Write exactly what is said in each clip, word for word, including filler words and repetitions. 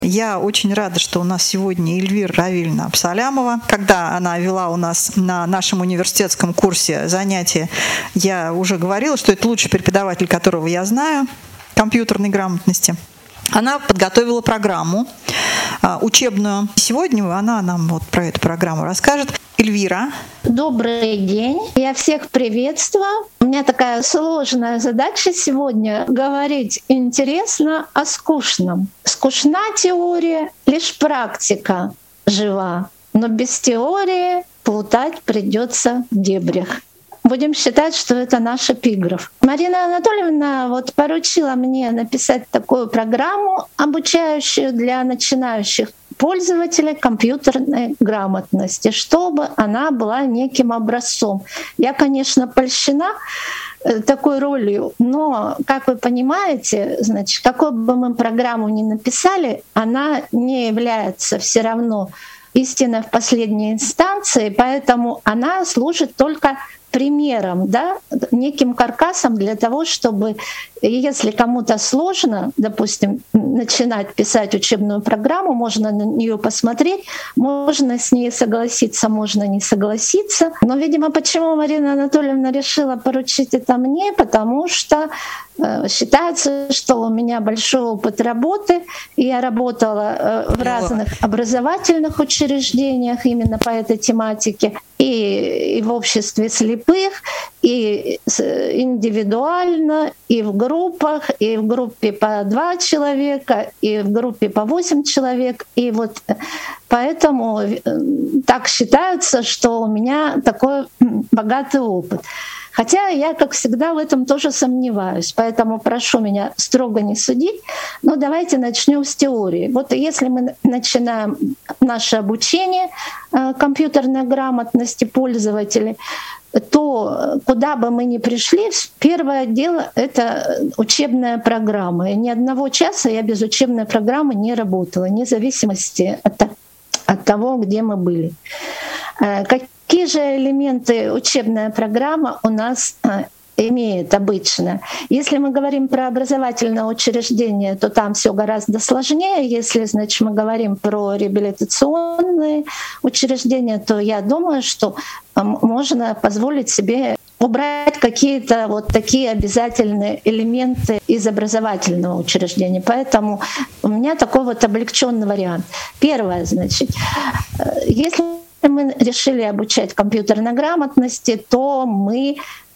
Я очень рада, что у нас сегодня Эльвира Равильевна Абсалямова. Когда она вела у нас на нашем университетском курсе занятия, я уже говорила, что это лучший преподаватель, которого я знаю, компьютерной грамотности. Она подготовила программу учебную. Сегодня она нам вот про эту программу расскажет. Эльвира. Добрый день. Я всех приветствую. У меня такая сложная задача сегодня — говорить интересно о скучном. Скучна теория, лишь практика жива. Но без теории плутать придется в дебрях. Будем считать, что это наш эпиграф. Марина Анатольевна вот поручила мне написать такую программу, обучающую для начинающих пользователей компьютерной грамотности, чтобы она была неким образцом. Я, конечно, польщена такой ролью, но, как вы понимаете, значит, какую бы мы программу ни написали, она не является все равно истиной в последней инстанции, поэтому она служит только примером, да, неким каркасом для того, чтобы, если кому-то сложно, допустим, начинать писать учебную программу, можно на нее посмотреть, можно с ней согласиться, можно не согласиться. Но, видимо, почему Марина Анатольевна решила поручить это мне, потому что э, считается, что у меня большой опыт работы, и я работала э, в разных образовательных учреждениях именно по этой тематике, и, и в обществе слепых, и индивидуально, и в группах, и в группе по два человека, и в группе по восемь человек. И вот поэтому так считается, что у меня такой богатый опыт. Хотя я, как всегда, в этом тоже сомневаюсь, поэтому прошу меня строго не судить. Но давайте начнем с теории. Вот если мы начинаем наше обучение компьютерной грамотности пользователей, то куда бы мы ни пришли, первое дело — это учебная программа. И ни одного часа я без учебной программы не работала, вне зависимости от, от того, где мы были. Какие же элементы учебная программа у нас имеет обычно? Если мы говорим про образовательное учреждение, то там все гораздо сложнее. Если, значит, мы говорим про реабилитационные учреждения, то я думаю, что можно позволить себе убрать какие-то вот такие обязательные элементы из образовательного учреждения. Поэтому у меня такой вот облегченный вариант. Первое, значит, если мы решили обучать компьютерной грамотности, то мы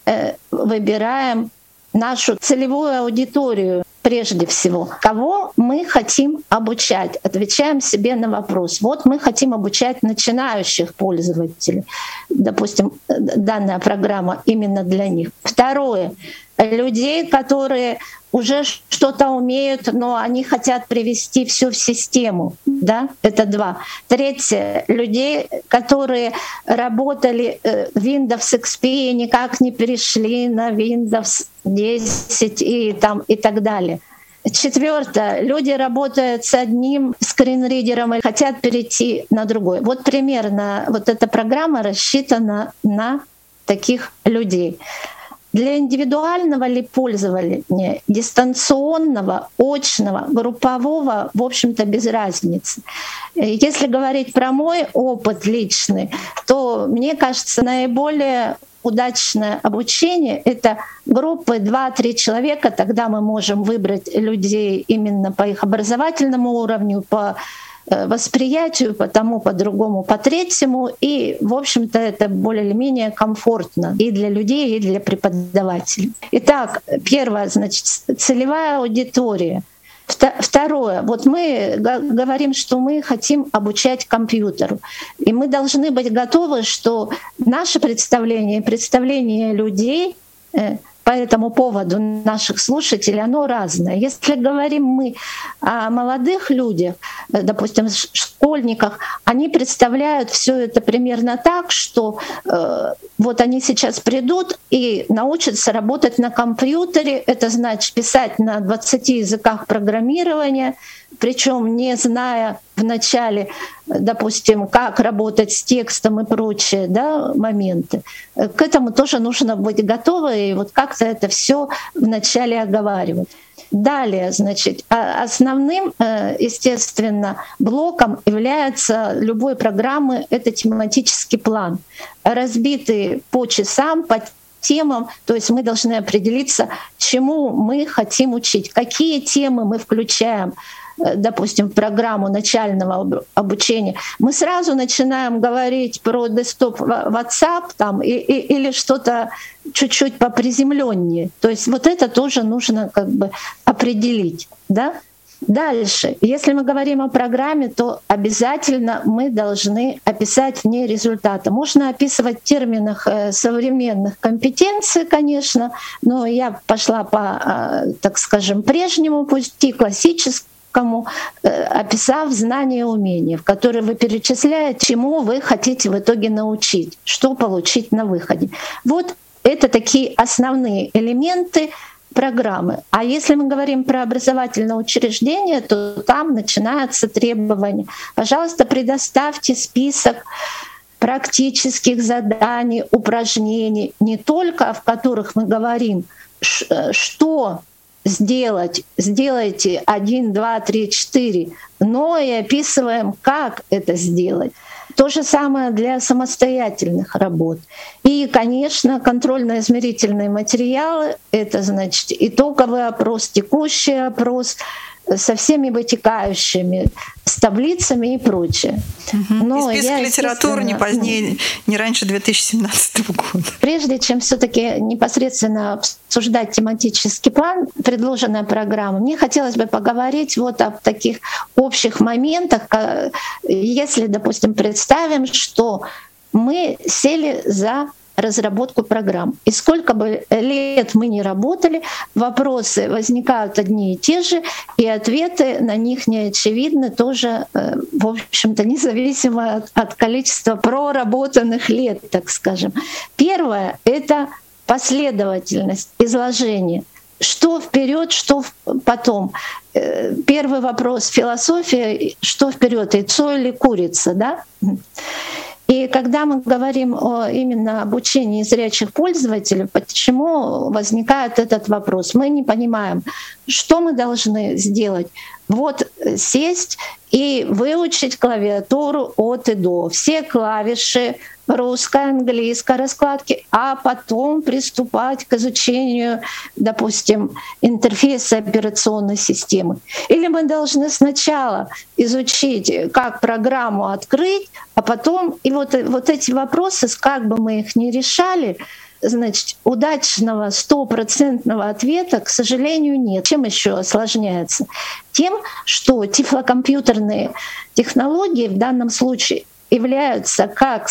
выбираем нашу целевую аудиторию прежде всего. Кого мы хотим обучать? Отвечаем себе на вопрос. Вот мы хотим обучать начинающих пользователей. Допустим, данная программа именно для них. Второе. Людей, которые уже что-то умеют, но они хотят привести все в систему. Да? Это два. Третье. Людей, которые работали в Windows икс пи и никак не перешли на Windows десять и, там, и так далее. Четвертое. Люди работают с одним скринридером и хотят перейти на другой. Вот примерно вот эта программа рассчитана на таких людей. Для индивидуального ли пользования, дистанционного, очного, группового, в общем-то, без разницы. Если говорить про мой опыт личный, то, мне кажется, наиболее удачное обучение — это группы два-три человека, тогда мы можем выбрать людей именно по их образовательному уровню, по восприятию, по тому, по другому, по третьему. И, в общем-то, это более или менее комфортно и для людей, и для преподавателей. Итак, первое, значит, целевая аудитория. Второе, вот мы говорим, что мы хотим обучать компьютеру. И мы должны быть готовы, что наше представление, представление людей по этому поводу наших слушателей, оно разное. Если говорим мы о молодых людях, допустим, школьниках, они представляют все это примерно так, что э, вот они сейчас придут и научатся работать на компьютере, это значит писать на двадцати языках программирования, причем не зная вначале, допустим, как работать с текстом и прочие, да, моменты. К этому тоже нужно быть готовы и вот как-то это все вначале оговаривать. Далее, значит, основным, естественно, блоком является любой программы — это тематический план, разбитый по часам, по темам. То есть мы должны определиться, чему мы хотим учить, какие темы мы включаем, допустим, в программу начального обучения. Мы сразу начинаем говорить про десктоп WhatsApp там, и, и, или что-то чуть-чуть поприземленнее. То есть вот это тоже нужно как бы определить. Да? Дальше, если мы говорим о программе, то обязательно мы должны описать в ней результаты. Можно описывать в терминах современных компетенций, конечно, но я пошла по, так скажем, прежнему пути, классическому, кому, описав знания и умения, в которые вы перечисляете, чему вы хотите в итоге научить, что получить на выходе. Вот это такие основные элементы программы. А если мы говорим про образовательное учреждение, то там начинаются требования. Пожалуйста, предоставьте список практических заданий, упражнений, не только в которых мы говорим, что сделать, сделайте один, два, три, четыре, но и описываем, как это сделать. То же самое для самостоятельных работ. И, конечно, контрольно-измерительные материалы — это, значит, итоговый опрос, текущий опрос со всеми вытекающими, с таблицами и прочее. Угу. Но и список я, литературы не позднее, не раньше две тысячи семнадцатого года. Прежде чем все-таки непосредственно обсуждать тематический план, предложенная программа, мне хотелось бы поговорить вот об таких общих моментах. Если, допустим, представим, что мы сели за разработку программ. И сколько бы лет мы ни работали, вопросы возникают одни и те же, и ответы на них не очевидны тоже, в общем-то, независимо от, от количества проработанных лет, так скажем. Первое — это последовательность изложения. Что вперед, что потом. Первый вопрос — философия, что вперед, яйцо или курица, да? И когда мы говорим о именно обучении зрячих пользователей, почему возникает этот вопрос? Мы не понимаем, что мы должны сделать. Вот сесть и выучить клавиатуру от и до, все клавиши русской, английской раскладки, а потом приступать к изучению, допустим, интерфейса операционной системы. Или мы должны сначала изучить, как программу открыть, а потом и вот, вот эти вопросы, как бы мы их ни решали, значит, удачного стопроцентного ответа, к сожалению, нет. Чем еще осложняется? Тем, что тифлокомпьютерные технологии в данном случае являются как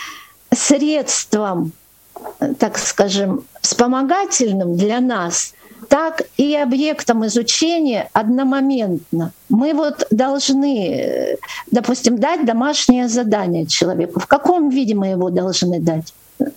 средством, так скажем, вспомогательным для нас, так и объектом изучения одномоментно. Мы вот должны, допустим, дать домашнее задание человеку. В каком виде мы его должны дать?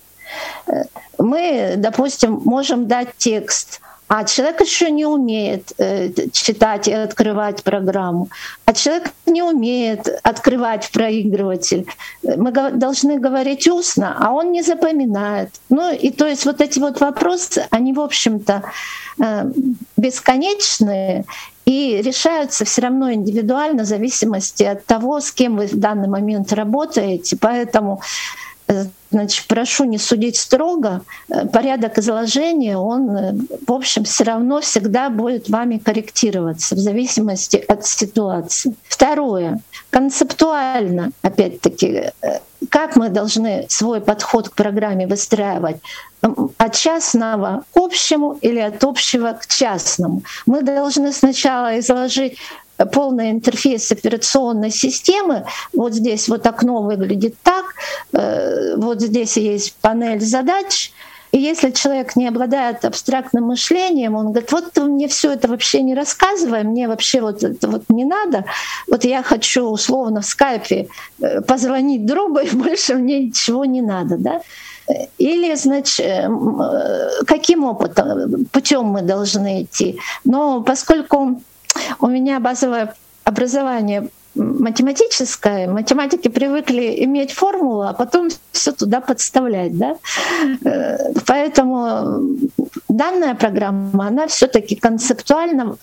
Мы, допустим, можем дать текст, а человек еще не умеет читать и открывать программу, а человек не умеет открывать проигрыватель. Мы должны говорить устно, а он не запоминает. Ну и то есть вот эти вот вопросы, они, в общем-то, бесконечные и решаются все равно индивидуально в зависимости от того, с кем вы в данный момент работаете. Поэтому, значит, прошу не судить строго. Порядок изложения, он, в общем, все равно всегда будет вами корректироваться в зависимости от ситуации. Второе. Концептуально, опять-таки, как мы должны свой подход к программе выстраивать? От частного к общему или от общего к частному? Мы должны сначала изложить полный интерфейс операционной системы. Вот здесь вот окно выглядит так, вот здесь есть панель задач. И если человек не обладает абстрактным мышлением, он говорит: вот ты мне все это вообще не рассказывай, мне вообще вот это вот не надо. Вот я хочу условно в скайпе позвонить другу, и больше мне ничего не надо, да? Или, значит, каким опытом, путем мы должны идти? Но поскольку у меня базовое образование математическое, математики привыкли иметь формулу, а потом все туда подставлять, да? Поэтому данная программа, она все-таки концептуально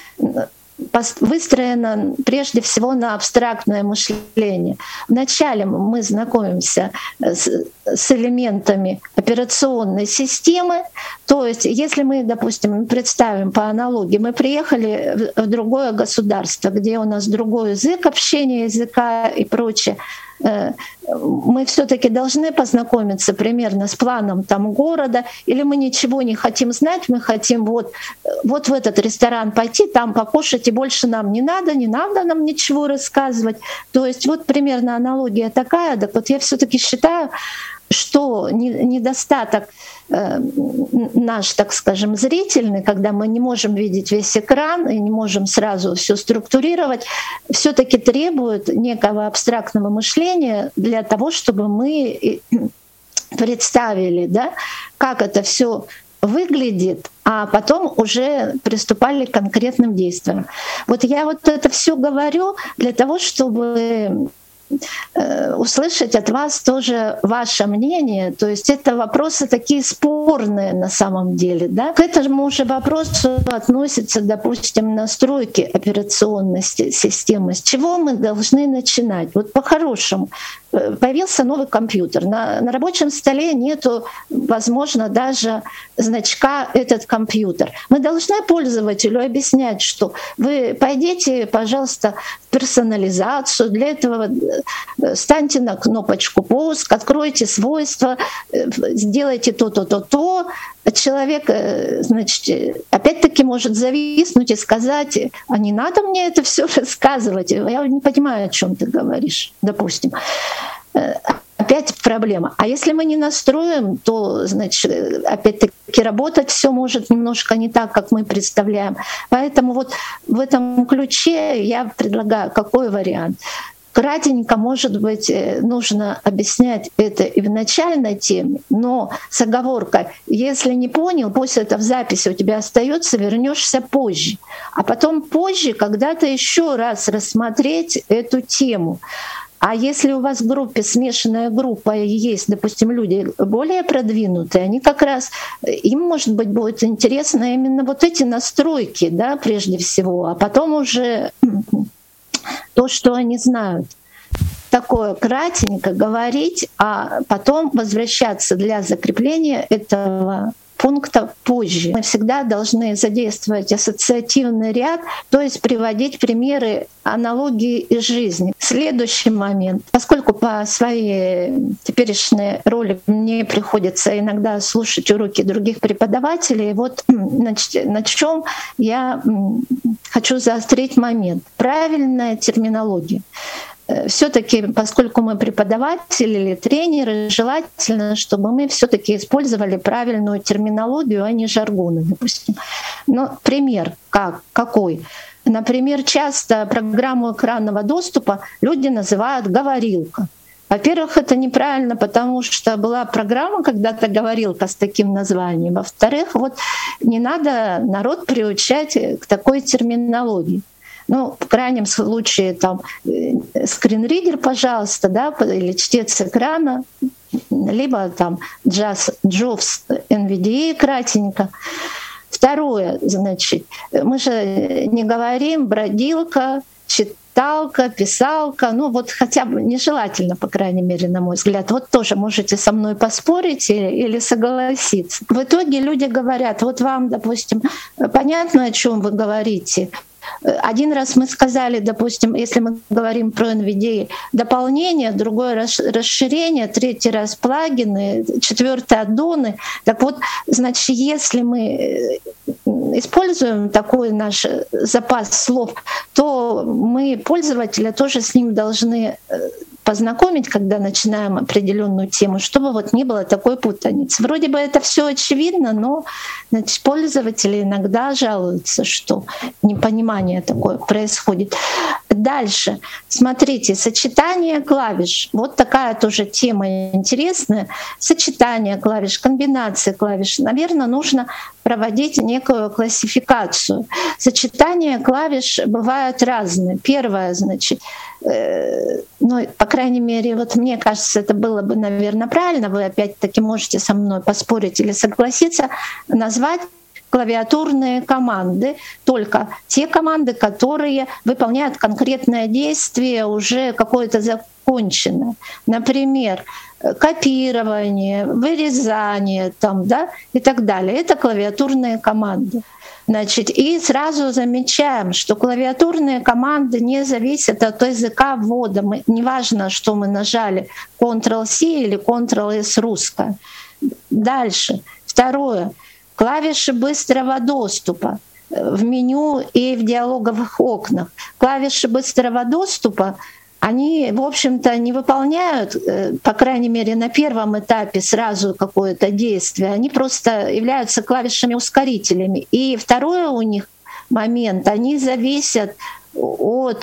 выстроена прежде всего на абстрактное мышление. Вначале мы знакомимся с, с элементами операционной системы, то есть если мы, допустим, представим по аналогии, мы приехали в другое государство, где у нас другой язык общения, языка и прочее, мы все-таки должны познакомиться примерно с планом там города, или мы ничего не хотим знать, мы хотим вот, вот в этот ресторан пойти, там покушать, и больше нам не надо, не надо нам ничего рассказывать. То есть вот примерно аналогия такая. Так вот я все-таки считаю, что недостаток э, наш, так скажем, зрительный, когда мы не можем видеть весь экран и не можем сразу все структурировать, все-таки требует некого абстрактного мышления для того, чтобы мы представили, да, как это все выглядит, а потом уже приступали к конкретным действиям. Вот я вот это все говорю для того, чтобы услышать от вас тоже ваше мнение. То есть это вопросы такие спорные на самом деле. Да? К этому же вопросу относятся, допустим, настройки операционной системы. С чего мы должны начинать? Вот по-хорошему. Появился новый компьютер. На, на рабочем столе нету, возможно, даже значка «этот компьютер». Мы должны пользователю объяснять, что вы пойдите, пожалуйста, в персонализацию. Для этого станьте на кнопочку «Пуск», откройте свойства, сделайте то-то, то-то. Человек, значит, опять-таки может зависнуть и сказать: а не надо мне это все рассказывать, я не понимаю, о чем ты говоришь, допустим. Опять проблема. А если мы не настроим, то, значит, опять-таки работать все может немножко не так, как мы представляем. Поэтому вот в этом ключе я предлагаю какой вариант. Кратенько, может быть, нужно объяснять это и в начальной теме, но с оговоркой: если не понял, пусть это в записи у тебя остается, вернешься позже. А потом позже когда-то еще раз рассмотреть эту тему. А если у вас в группе смешанная группа и есть, допустим, люди более продвинутые, они как раз, им, может быть, будет интересно именно вот эти настройки, да, прежде всего, а потом уже то, что они знают. Такое кратенько говорить, а потом возвращаться для закрепления этого пункта позже. Мы всегда должны задействовать ассоциативный ряд, то есть приводить примеры, аналогии из жизни. Следующий момент. Поскольку по своей теперешней роли мне приходится иногда слушать уроки других преподавателей, вот на чем я хочу заострить момент. Правильная терминология. Все-таки, поскольку мы преподаватели или тренеры, желательно, чтобы мы все-таки использовали правильную терминологию, а не жаргоны, допустим. Но пример как, какой? Например, часто программу экранного доступа люди называют «говорилка». Во-первых, это неправильно, потому что была программа когда-то «говорилка» с таким названием. Во-вторых, вот не надо народ приучать к такой терминологии. Ну, в крайнем случае, там, скринридер, пожалуйста, да, или чтец экрана, либо там джаз, джовс, эн ви ди эй кратенько. Второе, значит, мы же не говорим бродилка, читалка, писалка, ну вот хотя бы нежелательно, по крайней мере, на мой взгляд. Вот тоже можете со мной поспорить или, или согласиться. В итоге люди говорят: вот вам, допустим, понятно, о чем вы говорите. Один раз мы сказали, допустим, если мы говорим про эн ви ди эй, дополнение, другой раз расширение, третий раз плагины, четвертый аддоны. Так вот, значит, если мы используем такой наш запас слов, то мы пользователя тоже с ним должны познакомить, когда начинаем определенную тему, чтобы вот не было такой путаницы. Вроде бы это все очевидно, но, значит, пользователи иногда жалуются, что непонимание такое происходит. Дальше, смотрите, сочетание клавиш. Вот такая тоже тема интересная. Сочетание клавиш, комбинация клавиш. Наверное, нужно проводить некую классификацию. Сочетания клавиш бывают разные. Первое, значит, э, ну, по крайней мере, вот мне кажется, это было бы, наверное, правильно, вы опять-таки можете со мной поспорить или согласиться, назвать клавиатурные команды, только те команды, которые выполняют конкретное действие, уже какое-то законченное. Например, копирование, вырезание там, да, и так далее. Это клавиатурные команды. Значит, и сразу замечаем, что клавиатурные команды не зависят от языка ввода. Мы, неважно, что мы нажали контрол-си или контрол-эс русское. Дальше. Второе. Клавиши быстрого доступа в меню и в диалоговых окнах. Клавиши быстрого доступа, они, в общем-то, не выполняют, по крайней мере, на первом этапе сразу какое-то действие. Они просто являются клавишами-ускорителями. И второе у них момент, они зависят от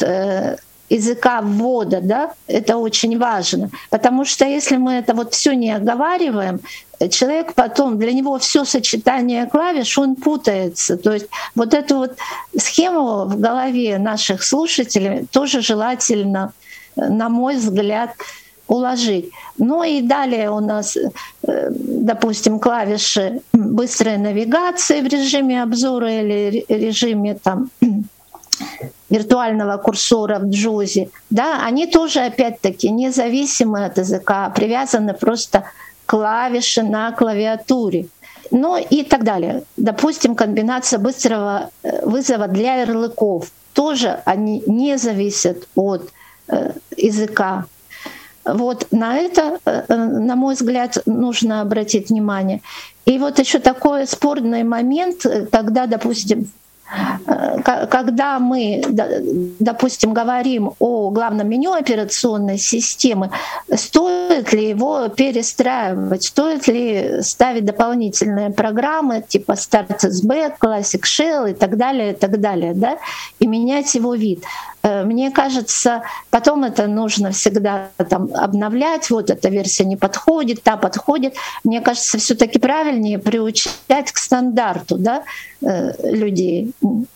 языка ввода, да, это очень важно. Потому что если мы это вот все не оговариваем, человек потом, для него все сочетание клавиш, он путается. То есть вот эту вот схему в голове наших слушателей тоже желательно, на мой взгляд, уложить. Ну и далее у нас, допустим, клавиши быстрой навигации в режиме обзора или режиме там виртуального курсора в джузе, да, они тоже опять-таки независимы от языка, привязаны просто клавиши на клавиатуре. Ну и так далее. Допустим, комбинация быстрого вызова для ярлыков. Тоже они не зависят от э, языка. Вот на это, э, на мой взгляд, нужно обратить внимание. И вот еще такой спорный момент, когда, допустим, когда мы, допустим, говорим о главном меню операционной системы, стоит ли его перестраивать, стоит ли ставить дополнительные программы типа Start эс би, Classic Shell и так далее, и так далее, да, и менять его вид. Мне кажется, потом это нужно всегда там обновлять, вот эта версия не подходит, та подходит. Мне кажется, все-таки правильнее приучать к стандарту, да, людей.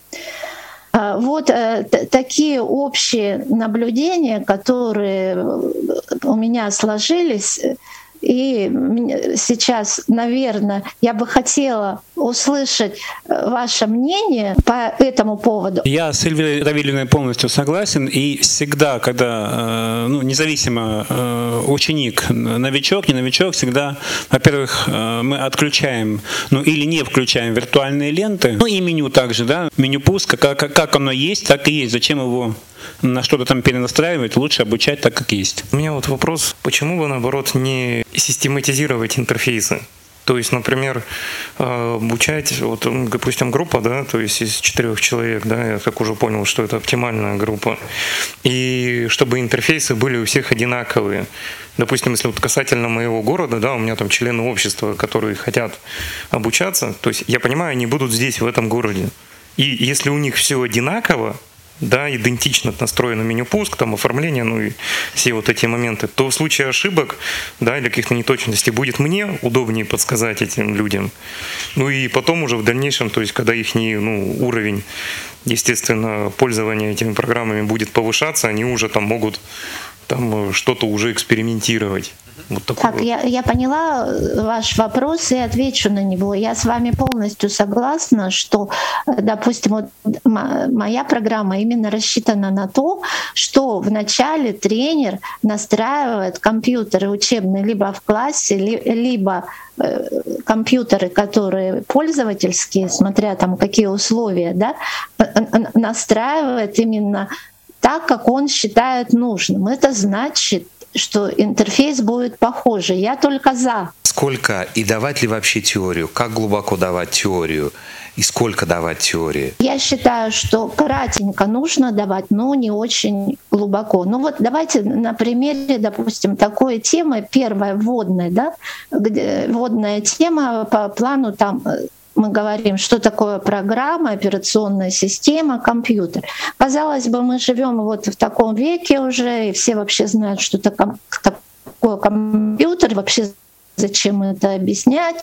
Вот такие общие наблюдения, которые у меня сложились. И сейчас, наверное, я бы хотела услышать ваше мнение по этому поводу. Я с Эльвирой Равильевной полностью согласен. И всегда, когда, ну, независимо, ученик, новичок, не новичок, всегда, во-первых, мы отключаем, ну или не включаем виртуальные ленты. Ну и меню также, да, меню пуска, как, как оно есть, так и есть. Зачем его на что-то там перенастраивать, лучше обучать так, как есть. У меня вот вопрос, почему бы, наоборот, не систематизировать интерфейсы? То есть, например, обучать, вот, допустим, группа, да, то есть из четырех человек, да, я так уже понял, что это оптимальная группа, и чтобы интерфейсы были у всех одинаковые. Допустим, если вот касательно моего города, да, у меня там члены общества, которые хотят обучаться, то есть я понимаю, они будут здесь, в этом городе. И если у них все одинаково, да, идентично настроено меню пуск, там оформление, ну и все вот эти моменты, то в случае ошибок, да, или каких-то неточностей будет мне удобнее подсказать этим людям. Ну и потом уже в дальнейшем, то есть когда их, ну, уровень, естественно, пользования этими программами будет повышаться, они уже там могут там что-то уже экспериментировать. Вот так, вот. я, я поняла ваш вопрос и отвечу на него. Я с вами полностью согласна, что, допустим, вот моя программа именно рассчитана на то, что вначале тренер настраивает компьютеры учебные либо в классе, либо компьютеры, которые пользовательские, смотря там какие условия, да, настраивает именно так, как он считает нужным. Это значит, что интерфейс будет похожий. Я только за. Сколько и давать ли вообще теорию? Как глубоко давать теорию? И сколько давать теории? Я считаю, что кратенько нужно давать, но не очень глубоко. Ну вот давайте на примере, допустим, такой темы, первая вводная, да, где вводная тема по плану там мы говорим, что такое программа, операционная система, компьютер. Казалось бы, мы живем вот в таком веке уже, и все вообще знают, что такое компьютер, вообще зачем это объяснять,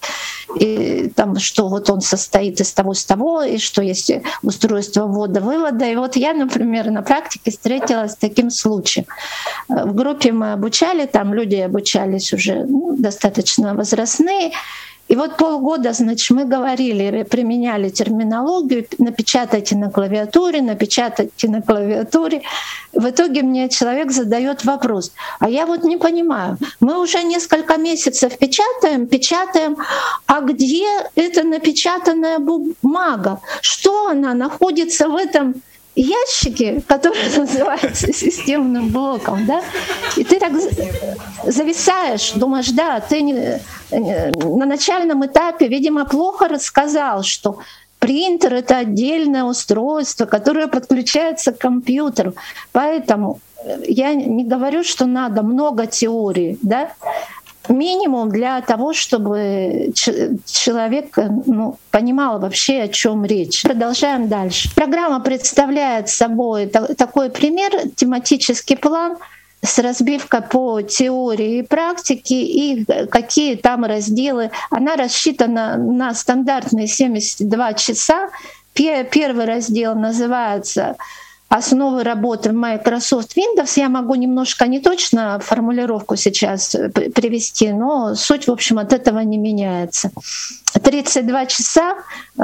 и там, что вот он состоит из того, с того, и что есть устройство ввода-вывода. И вот я, например, на практике встретилась с таким случаем. В группе мы обучали, там люди обучались уже ну, достаточно возрастные, и вот полгода, значит, мы говорили, применяли терминологию, напечатайте на клавиатуре, напечатайте на клавиатуре. В итоге мне человек задает вопрос, а я вот не понимаю, мы уже несколько месяцев печатаем, печатаем, а где эта напечатанная бумага? Что она находится в этом ящике, который называется системным блоком, да? И ты так зависаешь, думаешь, да, ты не, на начальном этапе, видимо, плохо рассказал, что принтер — это отдельное устройство, которое подключается к компьютеру. Поэтому я не говорю, что надо много теории, да? Минимум для того, чтобы человек ну, понимал вообще, о чем речь. Продолжаем дальше. Программа представляет собой такой пример, тематический план с разбивкой по теории и практике, и какие там разделы. Она рассчитана на стандартные семьдесят два часа. Первый раздел называется «Основы работы в Microsoft Windows». Я могу немножко не точно формулировку сейчас привести, но суть, в общем, от этого не меняется. тридцать два часа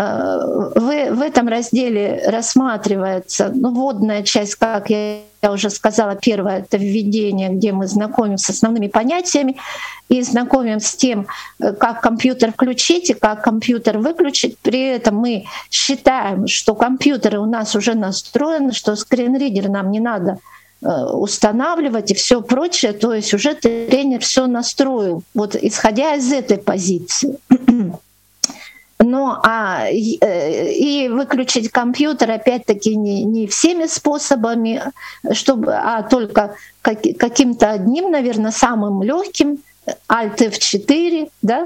в, в этом разделе рассматривается ну, вводная часть, как я уже сказала, первое — это введение, где мы знакомимся с основными понятиями и знакомимся с тем, как компьютер включить и как компьютер выключить. При этом мы считаем, что компьютеры у нас уже настроены, что скринридер нам не надо устанавливать и все прочее. То есть уже тренер все настроил, вот исходя из этой позиции. Ну, а и выключить компьютер, опять-таки, не, не всеми способами, чтобы, а только как, каким-то одним, наверное, самым легким, Alt эф четыре, да,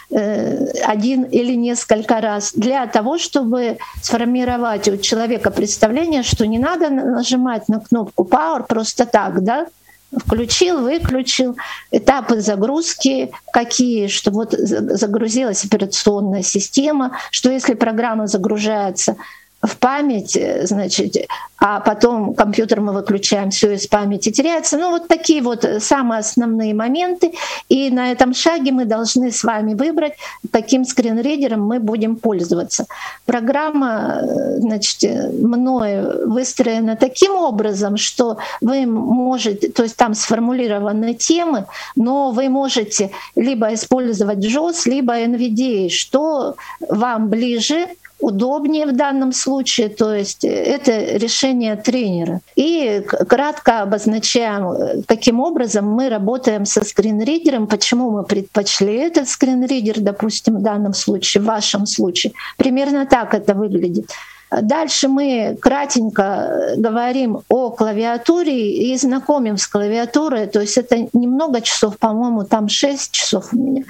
один или несколько раз, для того, чтобы сформировать у человека представление, что не надо нажимать на кнопку Power просто так, да, включил, выключил, этапы загрузки какие, что вот загрузилась операционная система, что если программа загружается в память, значит, а потом компьютер мы выключаем, все из памяти теряется. Ну вот такие вот самые основные моменты. И на этом шаге мы должны с вами выбрать, каким скринридером мы будем пользоваться. Программа, значит, мною выстроена таким образом, что вы можете, то есть там сформулированы темы, но вы можете либо использовать джоус, либо эн ви ди эй, что вам ближе, удобнее в данном случае, то есть это решение тренера. И кратко обозначаем, каким образом мы работаем со скринридером, почему мы предпочли этот скринридер, допустим, в данном случае, в вашем случае. Примерно так это выглядит. Дальше мы кратенько говорим о клавиатуре и знакомим с клавиатурой, то есть это немного часов, по-моему, там шесть часов у меня.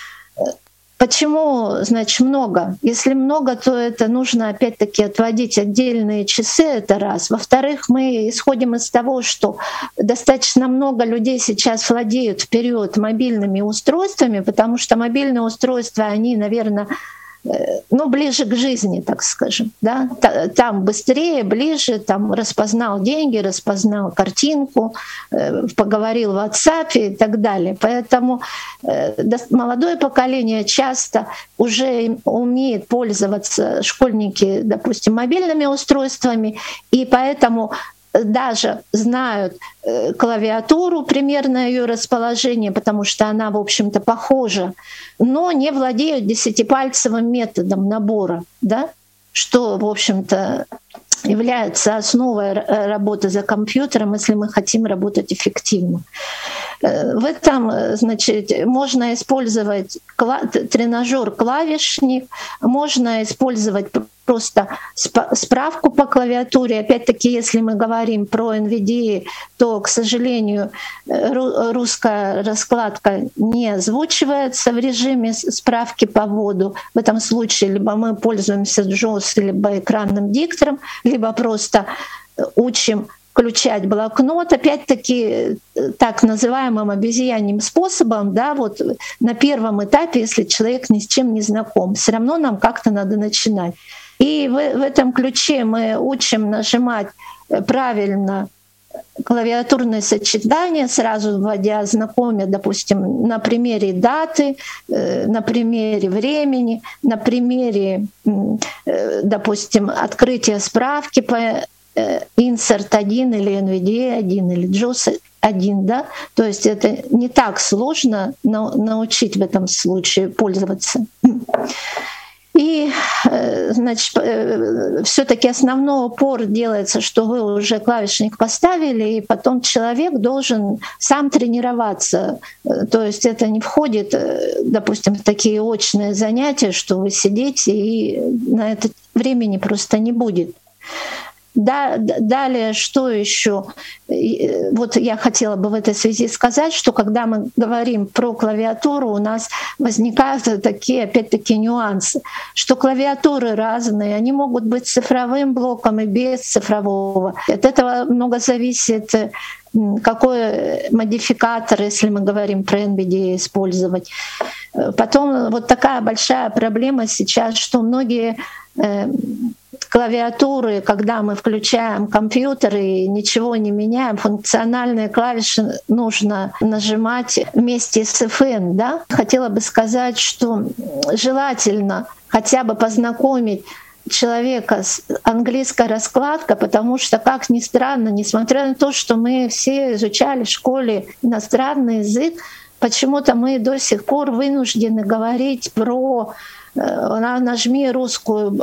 Почему, значит, много? Если много, то это нужно опять-таки отводить отдельные часы, это раз. Во-вторых, мы исходим из того, что достаточно много людей сейчас владеют вперед мобильными устройствами, потому что мобильные устройства, они, наверное, ну, ближе к жизни, так скажем. Да? Там быстрее, ближе, там распознал деньги, распознал картинку, поговорил в WhatsApp и так далее. Поэтому молодое поколение часто уже умеет пользоваться, школьники, допустим, мобильными устройствами, и поэтому даже знают клавиатуру, примерно ее расположение, потому что она, в общем-то, похожа, но не владеют десятипальцевым методом набора, да? Что, в общем-то, является основой работы за компьютером, если мы хотим работать эффективно. В этом, значит, можно использовать тренажер-клавишник, можно использовать просто справку по клавиатуре. Опять-таки, если мы говорим про эн ви ди эй, то, к сожалению, русская раскладка не озвучивается в режиме справки по вводу. В этом случае либо мы пользуемся джоус, либо экранным диктором, либо просто учим включать блокнот, опять-таки так называемым обезьяньим способом, да, вот на первом этапе, если человек ни с чем не знаком, все равно нам как-то надо начинать. И в, в этом ключе мы учим нажимать правильно клавиатурные сочетания, сразу вводя, знакомя, допустим, на примере даты, на примере времени, на примере, допустим, открытия справки по инсерт один или эн ви ди эй один или джос один, да, то есть это не так сложно научить в этом случае пользоваться. И, значит, все-таки основной упор делается, что вы уже клавишник поставили, и потом человек должен сам тренироваться. То есть это не входит, допустим, в такие очные занятия, что вы сидите, и на это времени просто не будет. Да, далее, что еще? Вот я хотела бы в этой связи сказать, что когда мы говорим про клавиатуру, у нас возникают такие, опять-таки, нюансы, что клавиатуры разные, они могут быть цифровым блоком и без цифрового. От этого много зависит, какой модификатор, если мы говорим про эн ви ди эй, использовать. Потом вот такая большая проблема сейчас, что многие клавиатуры, когда мы включаем компьютер и ничего не меняем, функциональные клавиши нужно нажимать вместе с эф эн. Да? Хотела бы сказать, что желательно хотя бы познакомить человека с английской раскладкой, потому что, как ни странно, несмотря на то, что мы все изучали в школе иностранный язык, почему-то мы до сих пор вынуждены говорить про «нажми русскую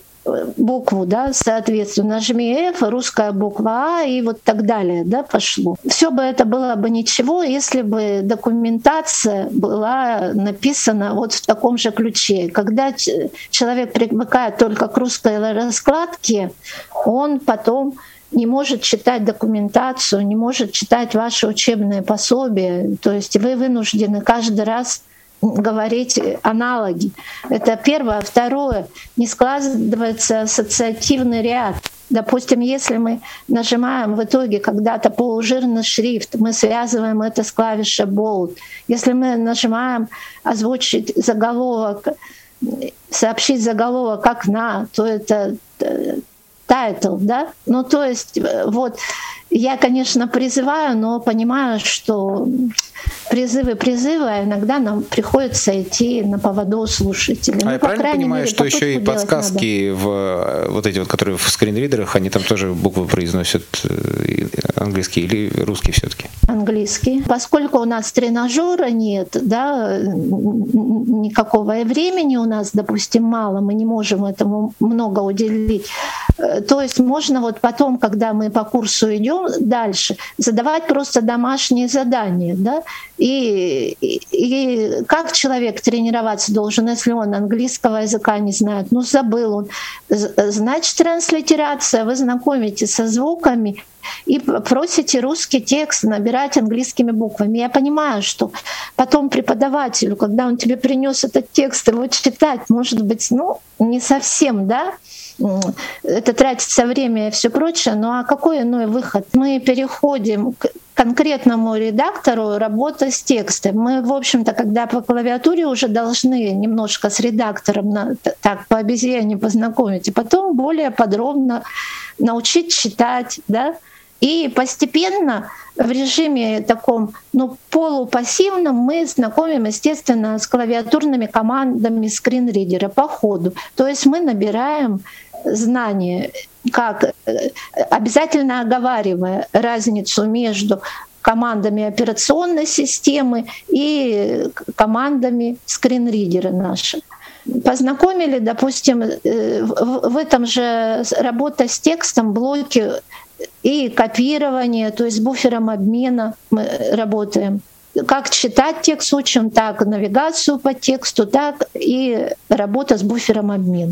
букву, да, соответственно, нажми F, русская буква А и вот так далее, да, пошло. Все бы это было бы ничего, если бы документация была написана вот в таком же ключе. Когда человек привыкает только к русской раскладке, он потом не может читать документацию, не может читать ваши учебные пособия. То есть вы вынуждены каждый раз говорить аналоги. Это первое. Второе, не складывается ассоциативный ряд. Допустим, если мы нажимаем в итоге когда-то полужирный шрифт, мы связываем это с клавишей Bold. Если мы нажимаем озвучить заголовок, сообщить заголовок окна, то это title, да? Ну, то есть, вот, я, конечно, призываю, но понимаю, что призывы призывы, а иногда нам приходится идти на поводу слушателей. А ну, я правильно понимаю, мере, что еще и подсказки в вот эти вот, которые в скринридерах, они там тоже буквы произносят английский или русский все-таки? Английский. Поскольку у нас тренажера нет, да, никакого времени у нас, допустим, мало, мы не можем этому много уделить. То есть можно вот потом, когда мы по курсу идем дальше, задавать просто домашние задания, да, и, и, и как человек тренироваться должен, если он английского языка не знает, ну забыл он, значит транслитерация, вы знакомитесь со звуками и просите русский текст набирать английскими буквами. Я понимаю, что потом преподавателю, когда он тебе принес этот текст, его читать, может быть, ну, не совсем, да, это тратится время и все прочее, ну а какой иной выход? Мы переходим к конкретному редактору работы с текстом. Мы, в общем-то, когда по клавиатуре уже должны немножко с редактором на, так по обезьяне познакомить, и потом более подробно научить читать, да, и постепенно в режиме таком, ну, полупассивном мы знакомим, естественно, с клавиатурными командами скринридера по ходу. То есть мы набираем знания, как обязательно оговаривая разницу между командами операционной системы и командами скринридера наших. Познакомили, допустим, в этом же работа с текстом, блоки и копирование, то есть с буфером обмена мы работаем. Как читать текст учим, так навигацию по тексту, так и работа с буфером обмена.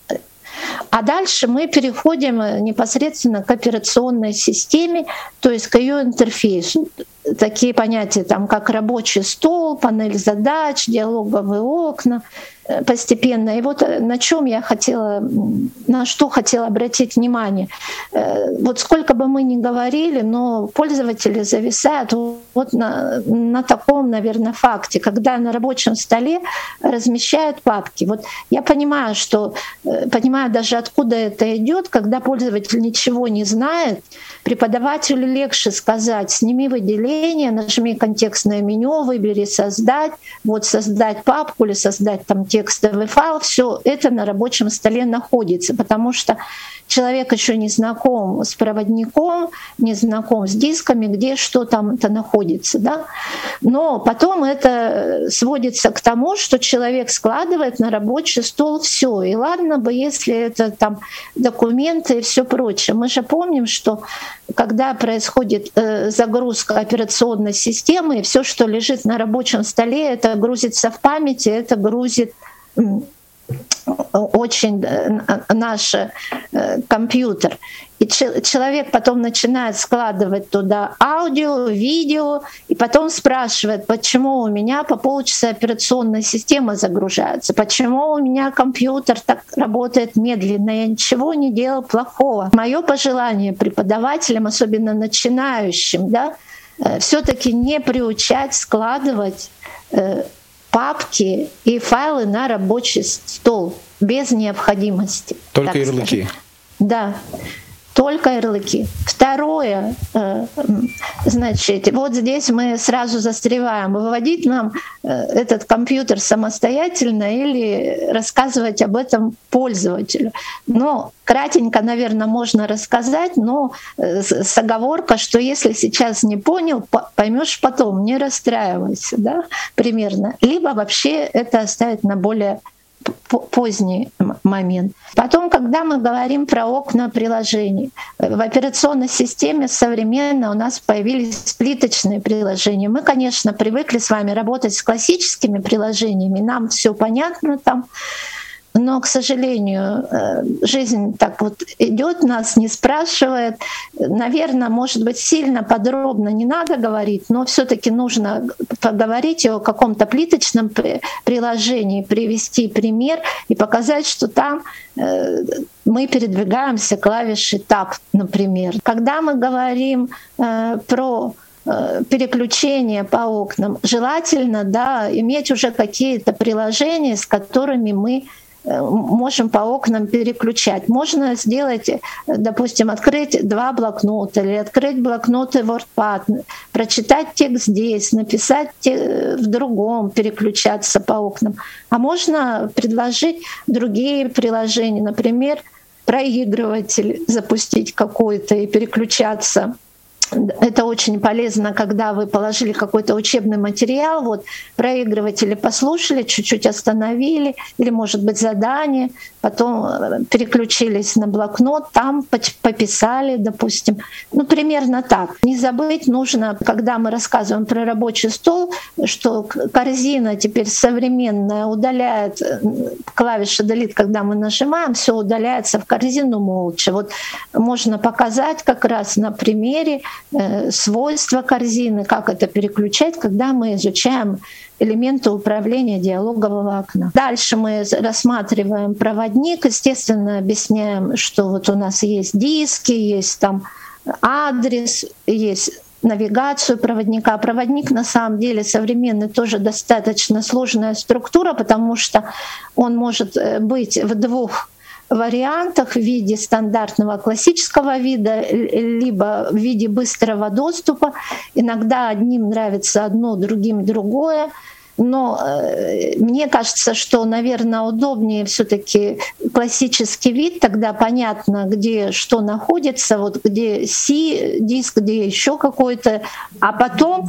А дальше мы переходим непосредственно к операционной системе, то есть к ее интерфейсу. Такие понятия, там, как рабочий стол, панель задач, диалоговые окна постепенно. И вот на чем я хотела, на что хотела обратить внимание. Вот сколько бы мы ни говорили, но пользователи зависают вот на, на таком, наверное, факте, когда на рабочем столе размещают папки. Вот я понимаю, что понимаю даже откуда это идет, когда пользователь ничего не знает, преподавателю легче сказать: сними выделение, нажми контекстное меню, выбери создать, вот создать папку или создать там текстовый файл, все это на рабочем столе находится, потому что человек еще не знаком с проводником, не знаком с дисками, где что там-то находится. Да? Но потом это сводится к тому, что человек складывает на рабочий стол все. И ладно бы, если это там документы и все прочее. Мы же помним, что когда происходит э, загрузка операционной системы, все, что лежит на рабочем столе, это грузится в памяти, это грузит очень наш компьютер. И человек потом начинает складывать туда аудио, видео, и потом спрашивает, почему у меня по полчаса операционная система загружается, почему у меня компьютер так работает медленно, я ничего не делал плохого. Мое пожелание преподавателям, особенно начинающим, да, все-таки не приучать складывать папки и файлы на рабочий стол без необходимости. Только ярлыки. Скажем. Да, только ярлыки. Второе, значит, вот здесь мы сразу застреваем. Выводить нам этот компьютер самостоятельно или рассказывать об этом пользователю. Но кратенько, наверное, можно рассказать, но с оговоркой, что если сейчас не понял, поймешь потом, не расстраивайся, да, примерно. Либо вообще это оставить на более поздний момент. Потом, когда мы говорим про окна приложений, в операционной системе современно у нас появились плиточные приложения. Мы, конечно, привыкли с вами работать с классическими приложениями, нам все понятно там, но, к сожалению, жизнь так вот идет, нас не спрашивает. Наверное, может быть, сильно подробно не надо говорить, но все-таки нужно поговорить о каком-то плиточном приложении, привести пример и показать, что там мы передвигаемся клавишей Tab, например. Когда мы говорим про переключение по окнам, желательно, да, иметь уже какие-то приложения, с которыми мы можем по окнам переключать. Можно сделать, допустим, открыть два блокнота или открыть блокноты WordPad, прочитать текст здесь, написать в другом, переключаться по окнам. А можно предложить другие приложения, например, проигрыватель запустить какой-то и переключаться. Это очень полезно, когда вы положили какой-то учебный материал, вот проигрыватели послушали, чуть-чуть остановили, или, может быть, задание, потом переключились на блокнот, там пописали, допустим. Ну, примерно так. Не забыть нужно, когда мы рассказываем про рабочий стол, что корзина теперь современная удаляет клавиша Delete, когда мы нажимаем, все удаляется в корзину молча. Вот можно показать как раз на примере свойства корзины, как это переключать, когда мы изучаем элементы управления диалогового окна. Дальше мы рассматриваем проводник, естественно, объясняем, что вот у нас есть диски, есть там адрес, есть навигацию проводника. Проводник на самом деле современный тоже достаточно сложная структура, потому что он может быть в двух вариантах: в виде стандартного классического вида, либо в виде быстрого доступа. Иногда одним нравится одно, другим другое. Но э, мне кажется, что, наверное, удобнее все-таки классический вид, тогда понятно, где что находится, вот где C-диск, где еще какой-то, а потом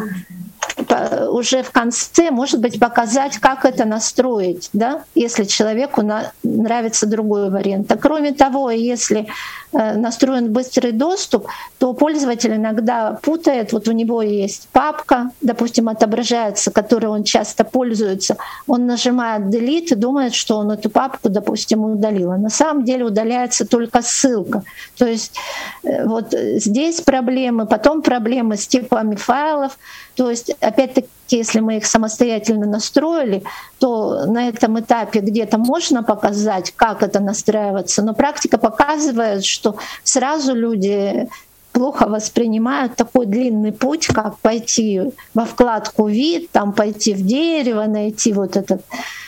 уже в конце, может быть, показать, как это настроить, да, если человеку на, нравится другой вариант. А кроме того, если э, настроен быстрый доступ, то пользователь иногда путает, вот у него есть папка, допустим, отображается, которой он часто пользуется, он нажимает Delete и думает, что он эту папку, допустим, удалил. А на самом деле удаляется только ссылка. То есть э, вот здесь проблемы, потом проблемы с типами файлов. То есть опять-таки, если мы их самостоятельно настроили, то на этом этапе где-то можно показать, как это настраиваться, но практика показывает, что сразу люди плохо воспринимают такой длинный путь, как пойти во вкладку «Вид», там пойти в дерево, найти вот этот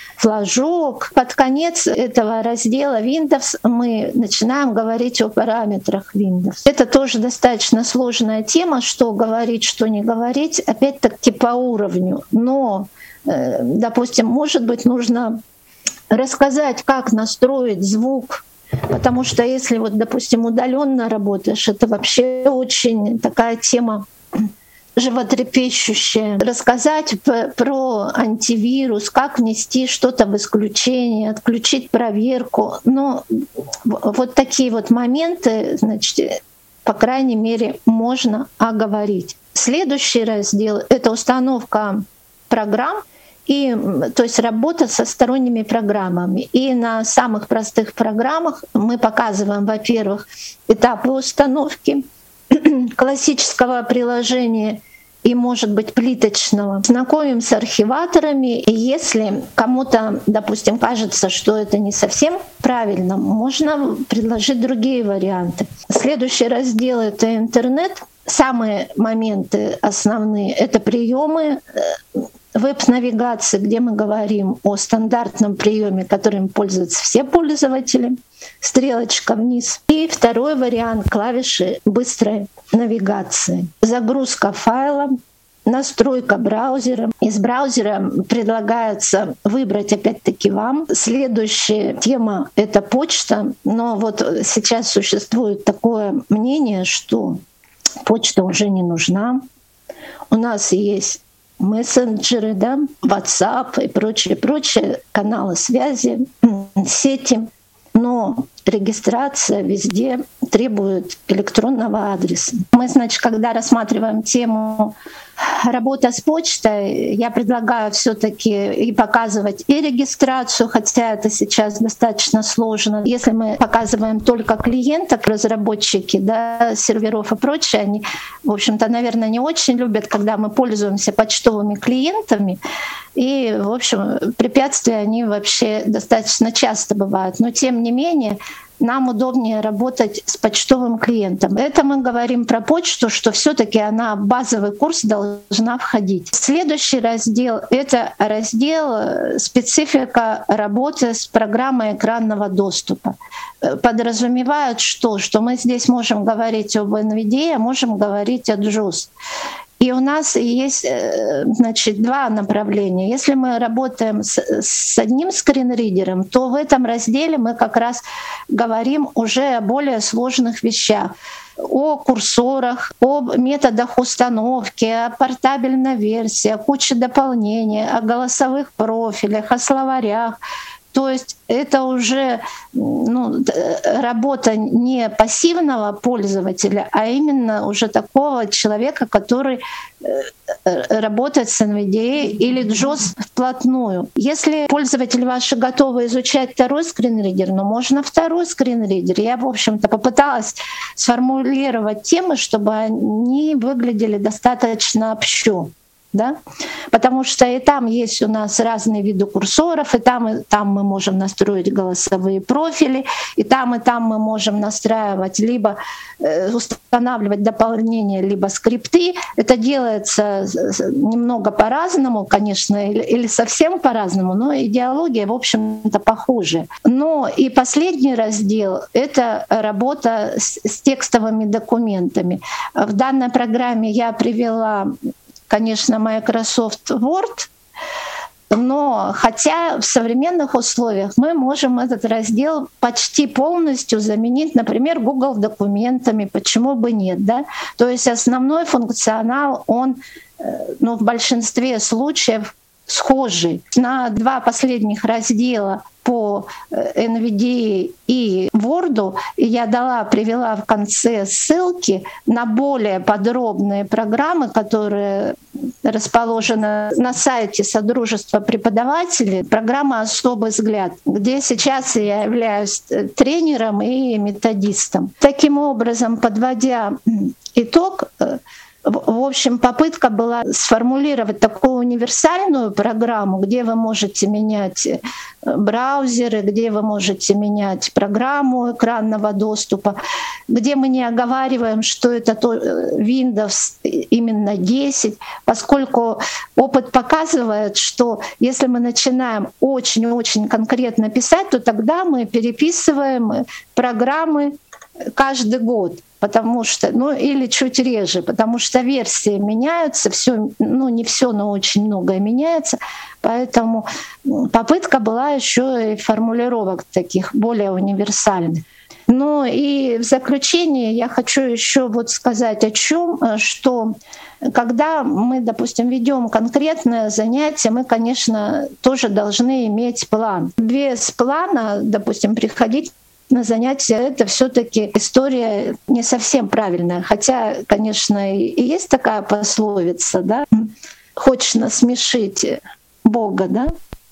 флажок. Под конец этого раздела Windows мы начинаем говорить о параметрах Windows. Это тоже достаточно сложная тема, что говорить, что не говорить, опять-таки по уровню. Но, допустим, может быть, нужно рассказать, как настроить звук, потому что если, вот, допустим, удаленно работаешь, это вообще очень такая тема животрепещущее. Рассказать про антивирус, как внести что-то в исключение, отключить проверку. Но вот такие вот моменты, значит, по крайней мере, можно оговорить. Следующий раздел — это установка программ, и, то есть работа со сторонними программами. И на самых простых программах мы показываем, во-первых, этапы установки классического приложения и, может быть, плиточного. Знакомим с архиваторами, и если кому-то, допустим, кажется, что это не совсем правильно, можно предложить другие варианты. Следующий раздел — это интернет. Самые моменты основные — это приемы веб-навигации, где мы говорим о стандартном приеме, которым пользуются все пользователи. Стрелочка вниз. И второй вариант — клавиши быстрой навигации. Загрузка файла, настройка браузера. Из браузера предлагается выбрать опять-таки вам. Следующая тема — это почта. Но вот сейчас существует такое мнение, что почта уже не нужна. У нас есть мессенджеры, да, WhatsApp и прочие, прочие каналы связи, сети. Но регистрация везде требует электронного адреса. Мы, значит, когда рассматриваем тему работа с почтой, я предлагаю все-таки и показывать и регистрацию, хотя это сейчас достаточно сложно. Если мы показываем только клиентов, разработчики, да, серверов и прочее, они, в общем-то, наверное, не очень любят, когда мы пользуемся почтовыми клиентами. И, в общем, препятствия, они вообще достаточно часто бывают. Но, тем не менее, нам удобнее работать с почтовым клиентом. Это мы говорим про почту, что все-таки она в базовый курс должна входить. Следующий раздел — это раздел специфика работы с программой экранного доступа. Подразумевают что? Что мы здесь можем говорить об эн ви ди, а можем говорить о джоус. И у нас есть, значит, два направления. Если мы работаем с, с одним скринридером, то в этом разделе мы как раз говорим уже о более сложных вещах. О курсорах, о методах установки, о портабельной версии, о куче дополнений, о голосовых профилях, о словарях. То есть это уже, ну, работа не пассивного пользователя, а именно уже такого человека, который работает с эн ви ди или джоус вплотную. Если пользователи ваши готовы изучать второй скринридер, ну, можно второй скринридер. Я, в общем-то, попыталась сформулировать темы, чтобы они выглядели достаточно общо. Да? Потому что и там есть у нас разные виды курсоров, и там, и там мы можем настроить голосовые профили, и там, и там мы можем настраивать, либо э, устанавливать дополнения, либо скрипты. Это делается немного по-разному, конечно, или, или совсем по-разному, но идеология, в общем-то, похожая. Но и последний раздел — это работа с, с текстовыми документами. В данной программе я привела, конечно, Microsoft Word, но хотя в современных условиях мы можем этот раздел почти полностью заменить, например, Google документами, почему бы нет, да? То есть основной функционал, он, ну, в большинстве случаев схожий. На два последних раздела по эн ви ди и Word я дала, привела в конце ссылки на более подробные программы, которые расположены на сайте Содружества преподавателей. Программа «Особый взгляд», где сейчас я являюсь тренером и методистом. Таким образом, подводя итог, в общем, попытка была сформулировать такую универсальную программу, где вы можете менять браузеры, где вы можете менять программу экранного доступа, где мы не оговариваем, что это Windows именно десять, поскольку опыт показывает, что если мы начинаем очень-очень конкретно писать, то тогда мы переписываем программы каждый год, потому что, ну или чуть реже, потому что версии меняются, все, ну не все, но очень многое меняется, поэтому попытка была еще и формулировок таких более универсальных. Ну и в заключение я хочу еще вот сказать о чем, что когда мы, допустим, ведем конкретное занятие, мы, конечно, тоже должны иметь план. Без плана, допустим, приходить на занятия, это все-таки история не совсем правильная. Хотя, конечно, и есть такая пословица, да, хочешь насмешить Бога, да,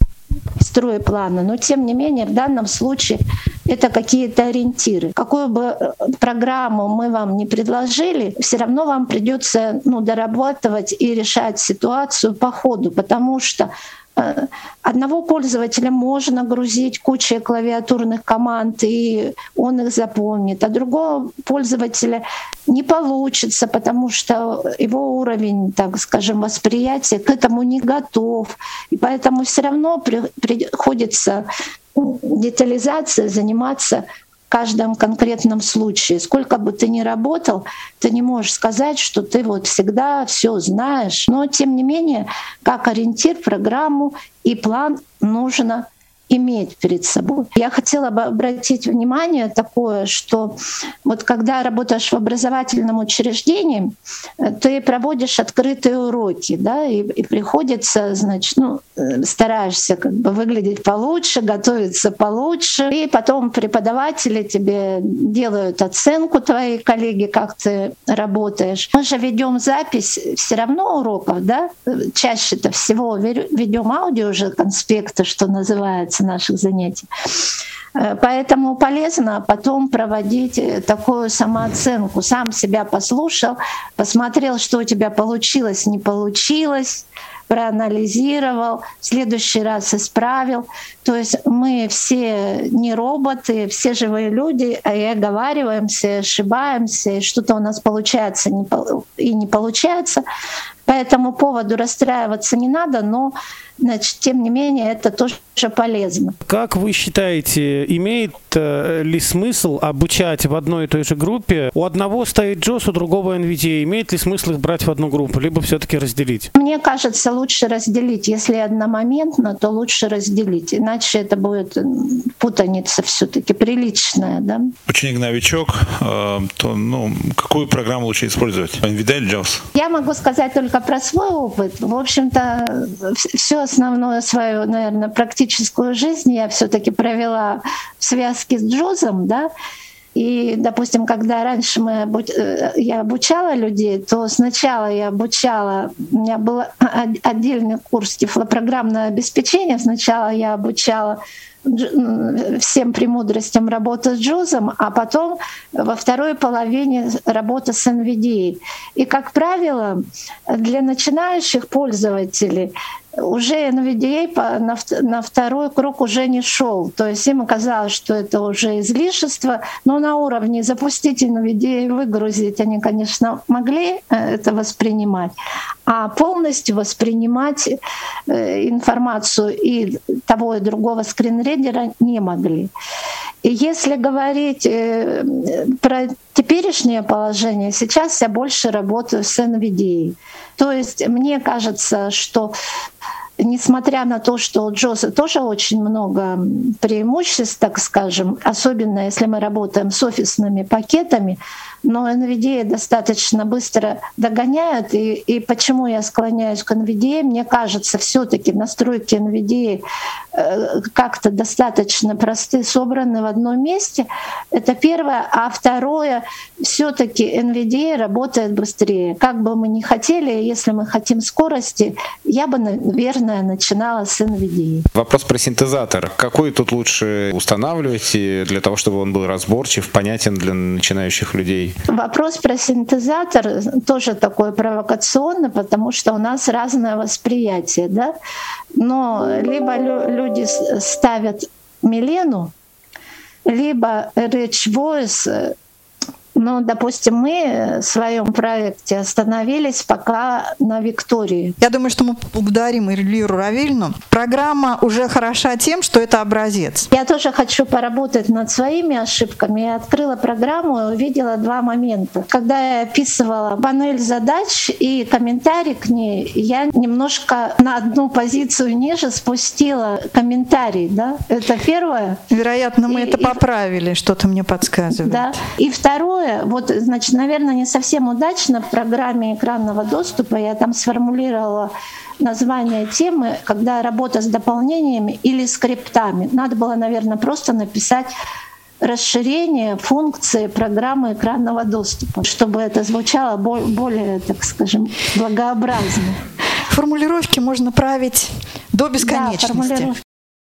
строй плана, но тем не менее в данном случае это какие-то ориентиры. Какую бы программу мы вам не предложили, все равно вам придется, ну, дорабатывать и решать ситуацию по ходу, потому что одного пользователя можно грузить кучей клавиатурных команд, и он их запомнит, а другого пользователя не получится, потому что его уровень, так скажем, восприятия к этому не готов. И поэтому все равно приходится детализацией заниматься в каждом конкретном случае. Сколько бы ты ни работал, ты не можешь сказать, что ты вот всегда все знаешь. Но тем не менее, как ориентир, программу и план нужно иметь перед собой. Я хотела бы обратить внимание такое, что вот когда работаешь в образовательном учреждении, ты проводишь открытые уроки, да, и, и приходится, значит, ну, стараешься как бы выглядеть получше, готовиться получше, и потом преподаватели тебе делают оценку, твои коллеги, как ты работаешь. Мы же ведем запись все равно уроков, да, чаще-то всего ведем аудио уже, конспекты, что называется, наших занятий. Поэтому полезно потом проводить такую самооценку. Сам себя послушал, посмотрел, что у тебя получилось, не получилось, проанализировал, в следующий раз исправил. То есть мы все не роботы, все живые люди, и оговариваемся, и ошибаемся, и что-то у нас получается и не получается. По этому поводу расстраиваться не надо, но, значит, тем не менее, это тоже полезно. Как вы считаете, имеет э, ли смысл обучать в одной и той же группе? У одного стоит джоус, у другого эн ви ди эй. Имеет ли смысл их брать в одну группу, либо все-таки разделить? Мне кажется, лучше разделить. Если одномоментно, то лучше разделить. Иначе это будет путаница все-таки приличная. Да? Ученик-новичок, э, то ну, какую программу лучше использовать? эн ви ди эй или джоус? Я могу сказать только про свой опыт. В общем-то, всю основную свою, наверное, практическую жизнь я все-таки провела в связке с джозом, да. И, допустим, когда раньше мы обуч... я обучала людей, то сначала я обучала, у меня был отдельный курс тифлопрограммное обеспечение. Сначала я обучала всем премудростям работы с джозом, а потом во второй половине работа с эн ви ди эй. И, как правило, для начинающих пользователей уже эн ви ди эй на, на второй круг уже не шел. То есть им оказалось, что это уже излишество, но на уровне запустить эн ви ди эй, выгрузить они, конечно, могли это воспринимать, а полностью воспринимать информацию и того и другого скринридера не могли. И если говорить про теперешнее положение, сейчас я больше работаю с эн ви ди эй. То есть мне кажется, что несмотря на то, что у джоза тоже очень много преимуществ, так скажем, особенно если мы работаем с офисными пакетами, но эн ви ди эй достаточно быстро догоняет. И, и почему я склоняюсь к эн ви ди эй? Мне кажется, все-таки настройки эн ви ди эй э, как-то достаточно просты, собраны в одном месте. Это первое. А второе, все-таки эн ви ди эй работает быстрее. Как бы мы ни хотели, если мы хотим скорости, я бы, наверное, начинала с эн ви ди эй. Вопрос про синтезатор. Какой тут лучше устанавливать для того, чтобы он был разборчив, понятен для начинающих людей? Вопрос про синтезатор тоже такой провокационный, потому что у нас разное восприятие, да? Но либо лю- люди ставят Милену, либо Rich Voice. Ну, допустим, мы в своем проекте остановились пока на Виктории. Я думаю, что мы поблагодарим Эльвиру Равильну. Программа уже хороша тем, что это образец. Я тоже хочу поработать над своими ошибками. Я открыла программу и увидела два момента. Когда я описывала панель задач и комментарий к ней, я немножко на одну позицию ниже спустила комментарий. Да? Это первое. Вероятно, мы и, это и... поправили, что-то мне подсказывает. Да. И второе, вот, значит, наверное, не совсем удачно в программе экранного доступа я там сформулировала название темы, когда работа с дополнениями или скриптами. Надо было, наверное, просто написать расширение функции программы экранного доступа, чтобы это звучало более, так скажем, благообразно. Формулировки можно править до бесконечности. Да, формулировки